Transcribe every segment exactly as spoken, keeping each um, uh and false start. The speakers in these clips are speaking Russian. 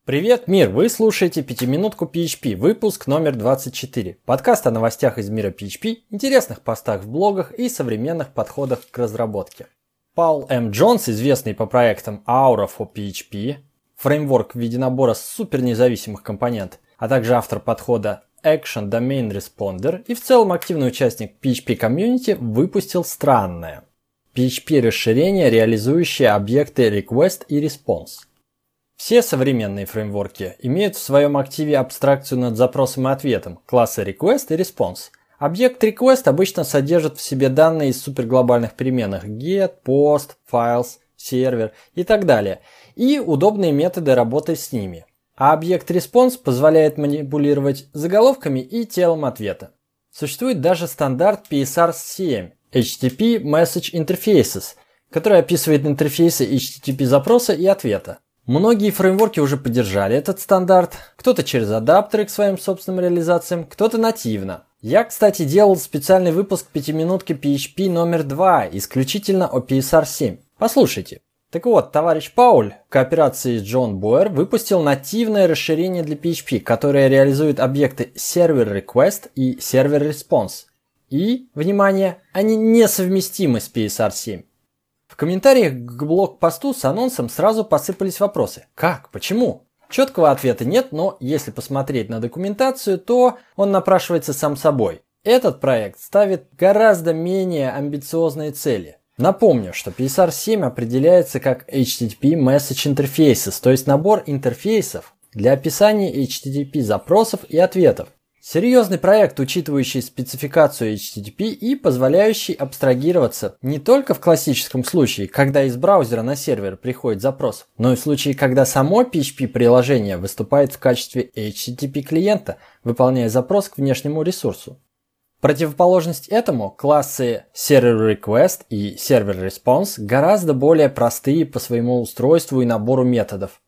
Привет, мир! Вы слушаете пятиминутку пи эйч пи, выпуск номер двадцать четыре. Подкаст о новостях из мира пи эйч пи, интересных постах в блогах и современных подходах к разработке. Паул М. Джонс, известный по проектам Aura for пи эйч пи, фреймворк в виде набора супернезависимых компонентов, а также автор подхода Action Domain Responder и в целом активный участник пи эйч пи комьюнити, выпустил странное пи эйч пи расширение, реализующее объекты Request и Response. Все современные фреймворки имеют в своем активе абстракцию над запросом и ответом, классы Request и Response. Объект Request обычно содержит в себе данные из суперглобальных переменных get, post, files, сервер и так далее, и удобные методы работы с ними. А объект Response позволяет манипулировать заголовками и телом ответа. Существует даже стандарт пи эс ар семь эйч ти ти пи Message Interfaces, который описывает интерфейсы эйч ти ти пи запроса и ответа. Многие фреймворки уже поддержали этот стандарт, кто-то через адаптеры к своим собственным реализациям, кто-то нативно. Я, кстати, делал специальный выпуск пятиминутки пи эйч пи номер два, исключительно о пи эс ар семь. Послушайте. Так вот, товарищ Пауль в кооперации с Джон Бойер выпустил нативное расширение для пи эйч пи, которое реализует объекты Server Request и Server Response. И, внимание, они несовместимы с пи эс ар семь. В комментариях к блог-посту с анонсом сразу посыпались вопросы. Как? Почему? Четкого ответа нет, но если посмотреть на документацию, то он напрашивается сам собой. Этот проект ставит гораздо менее амбициозные цели. Напомню, что пи эс ар семь определяется как эйч ти ти пи Message Interfaces, то есть набор интерфейсов для описания эйч ти ти пи запросов и ответов. Серьезный проект, учитывающий спецификацию эйч ти ти пи и позволяющий абстрагироваться не только в классическом случае, когда из браузера на сервер приходит запрос, но и в случае, когда само пи эйч пи-приложение выступает в качестве эйч ти ти пи клиента, выполняя запрос к внешнему ресурсу. В противоположность этому, классы Server Request и Server Response гораздо более простые по своему устройству и набору методов.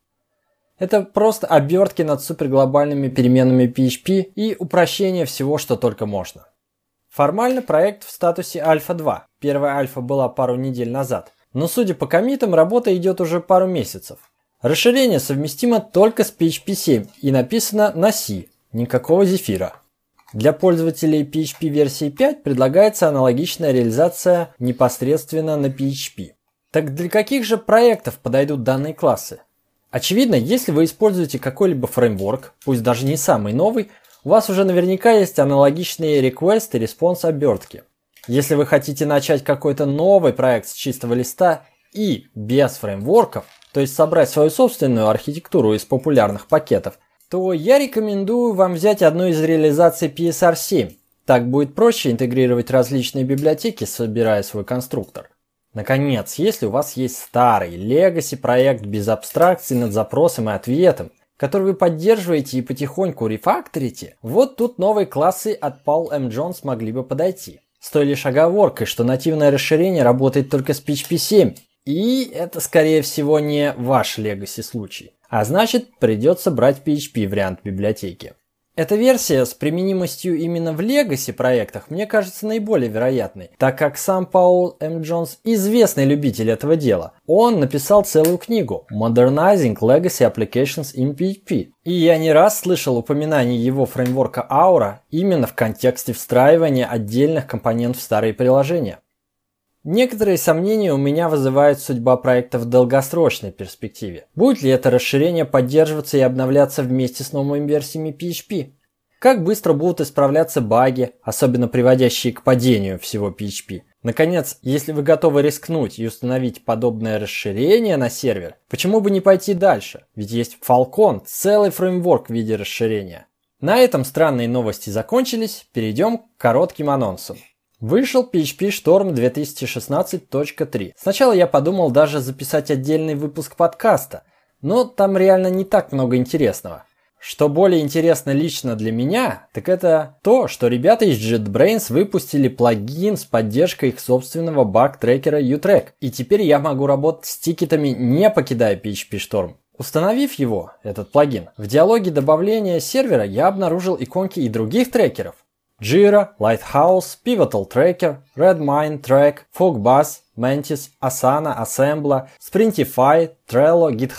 Это просто обертки над суперглобальными переменными пи эйч пи и упрощение всего, что только можно. Формально проект в статусе альфа два. Первая альфа была пару недель назад. Но судя по коммитам, работа идет уже пару месяцев. Расширение совместимо только с пи эйч пи семь и написано на C, никакого зефира. Для пользователей пи эйч пи версии пять предлагается аналогичная реализация непосредственно на пи эйч пи. Так для каких же проектов подойдут данные классы? Очевидно, если вы используете какой-либо фреймворк, пусть даже не самый новый, у вас уже наверняка есть аналогичные request и response обертки. Если вы хотите начать какой-то новый проект с чистого листа и без фреймворков, то есть собрать свою собственную архитектуру из популярных пакетов, то я рекомендую вам взять одну из реализаций пи эс ар семь. Так будет проще интегрировать различные библиотеки, собирая свой конструктор. Наконец, если у вас есть старый legacy проект без абстракций над запросом и ответом, который вы поддерживаете и потихоньку рефакторите, вот тут новые классы от Paul М. Jones могли бы подойти. С той лишь оговоркой, что нативное расширение работает только с пи эйч пи семь, и это скорее всего не ваш legacy случай, а значит придется брать пи эйч пи вариант библиотеки. Эта версия с применимостью именно в Legacy проектах мне кажется наиболее вероятной, так как сам Паул М. Джонс известный любитель этого дела. Он написал целую книгу Modernizing Legacy Applications in пи эйч пи. И я не раз слышал упоминание его фреймворка Aura именно в контексте встраивания отдельных компонентов в старые приложения. Некоторые сомнения у меня вызывает судьба проекта в долгосрочной перспективе. Будет ли это расширение поддерживаться и обновляться вместе с новыми версиями пи эйч пи? Как быстро будут исправляться баги, особенно приводящие к падению всего пи эйч пи? Наконец, если вы готовы рискнуть и установить подобное расширение на сервер, почему бы не пойти дальше? Ведь есть Falcon, целый фреймворк в виде расширения. На этом странные новости закончились, перейдем к коротким анонсам. Вышел пи эйч пи Storm две тысячи шестнадцать точка три. Сначала я подумал даже записать отдельный выпуск подкаста, но там реально не так много интересного. Что более интересно лично для меня, так это то, что ребята из JetBrains выпустили плагин с поддержкой их собственного баг-трекера U-Track, и теперь я могу работать с тикетами, не покидая пи эйч пи Storm. Установив его, этот плагин, в диалоге добавления сервера я обнаружил иконки и других трекеров. Jira, Lighthouse, Pivotal Tracker, Redmine Track, Fogbuzz, Mantis, Asana, Assembler, Sprintify, Trello, GitHub,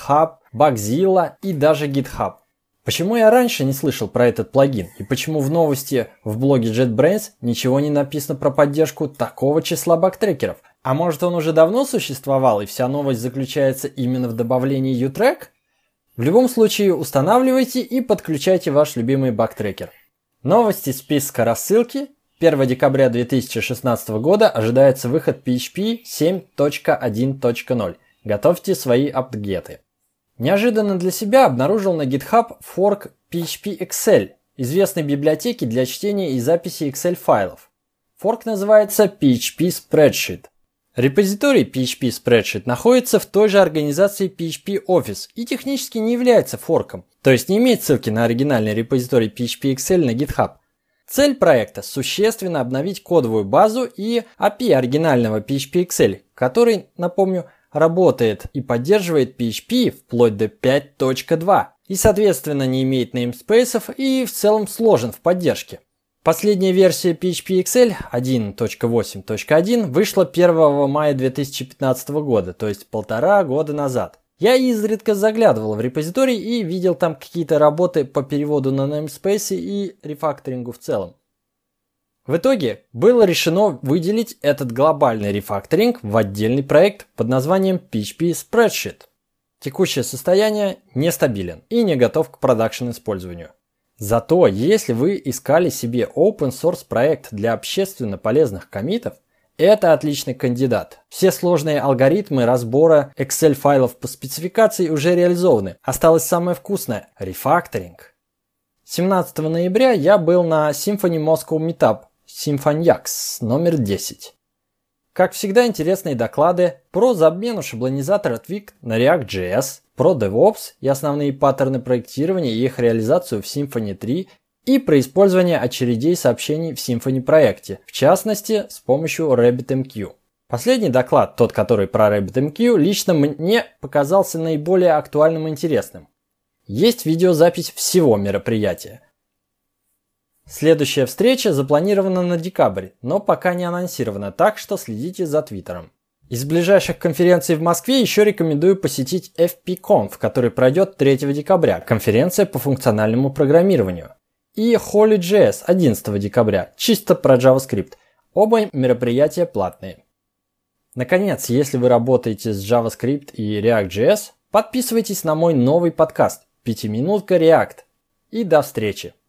Bugzilla и даже GitHub. Почему я раньше не слышал про этот плагин и почему в новости в блоге JetBrains ничего не написано про поддержку такого числа бактрекеров? А может, он уже давно существовал и вся новость заключается именно в добавлении U-Track? В любом случае устанавливайте и подключайте ваш любимый бактрекер. Новости из списка рассылки. первого декабря две тысячи шестнадцатого года ожидается выход пи эйч пи семь точка один точка ноль. Готовьте свои апдгеты. Неожиданно для себя обнаружил на GitHub форк пи эйч пи экс эл, известной библиотеки для чтения и записи экс эл файлов. Форк называется пи эйч пи Spreadsheet. Репозиторий пи эйч пи Spreadsheet находится в той же организации пи эйч пи Office и технически не является форком, то есть не имеет ссылки на оригинальный репозиторий пи эйч пи экс эл на GitHub. Цель проекта – существенно обновить кодовую базу и эй пи ай оригинального пи эйч пи экс эл, который, напомню, работает и поддерживает пи эйч пи вплоть до пять точка два и, соответственно, не имеет неймспейсов и в целом сложен в поддержке. Последняя версия пи эйч пи экс эл один точка восемь точка один вышла первого мая две тысячи пятнадцатого года, то есть полтора года назад. Я изредка заглядывал в репозиторий и видел там какие-то работы по переводу на namespace и рефакторингу в целом. В итоге было решено выделить этот глобальный рефакторинг в отдельный проект под названием пи эйч пи Spreadsheet. Текущее состояние нестабилен и не готов к продакшн использованию. Зато если вы искали себе open source проект для общественно полезных коммитов, это отличный кандидат. Все сложные алгоритмы разбора экс эл файлов по спецификации уже реализованы. Осталось самое вкусное – рефакторинг. семнадцатого ноября я был на Symfony Moscow Meetup Symfoniax номер десять. Как всегда, интересные доклады про замену шаблонизатора Twig на React.js, про DevOps и основные паттерны проектирования и их реализацию в Symfony три, и про использование очередей сообщений в Symfony проекте, в частности, с помощью RabbitMQ. Последний доклад, тот, который про RabbitMQ, лично мне показался наиболее актуальным и интересным. Есть видеозапись всего мероприятия. Следующая встреча запланирована на декабрь, но пока не анонсирована, так что следите за твиттером. Из ближайших конференций в Москве еще рекомендую посетить эф пи конф, который пройдет третьего декабря, конференция по функциональному программированию. И HolyJS одиннадцатого декабря, чисто про JavaScript. Оба мероприятия платные. Наконец, если вы работаете с JavaScript и React.js, подписывайтесь на мой новый подкаст «Пятиминутка React». И до встречи!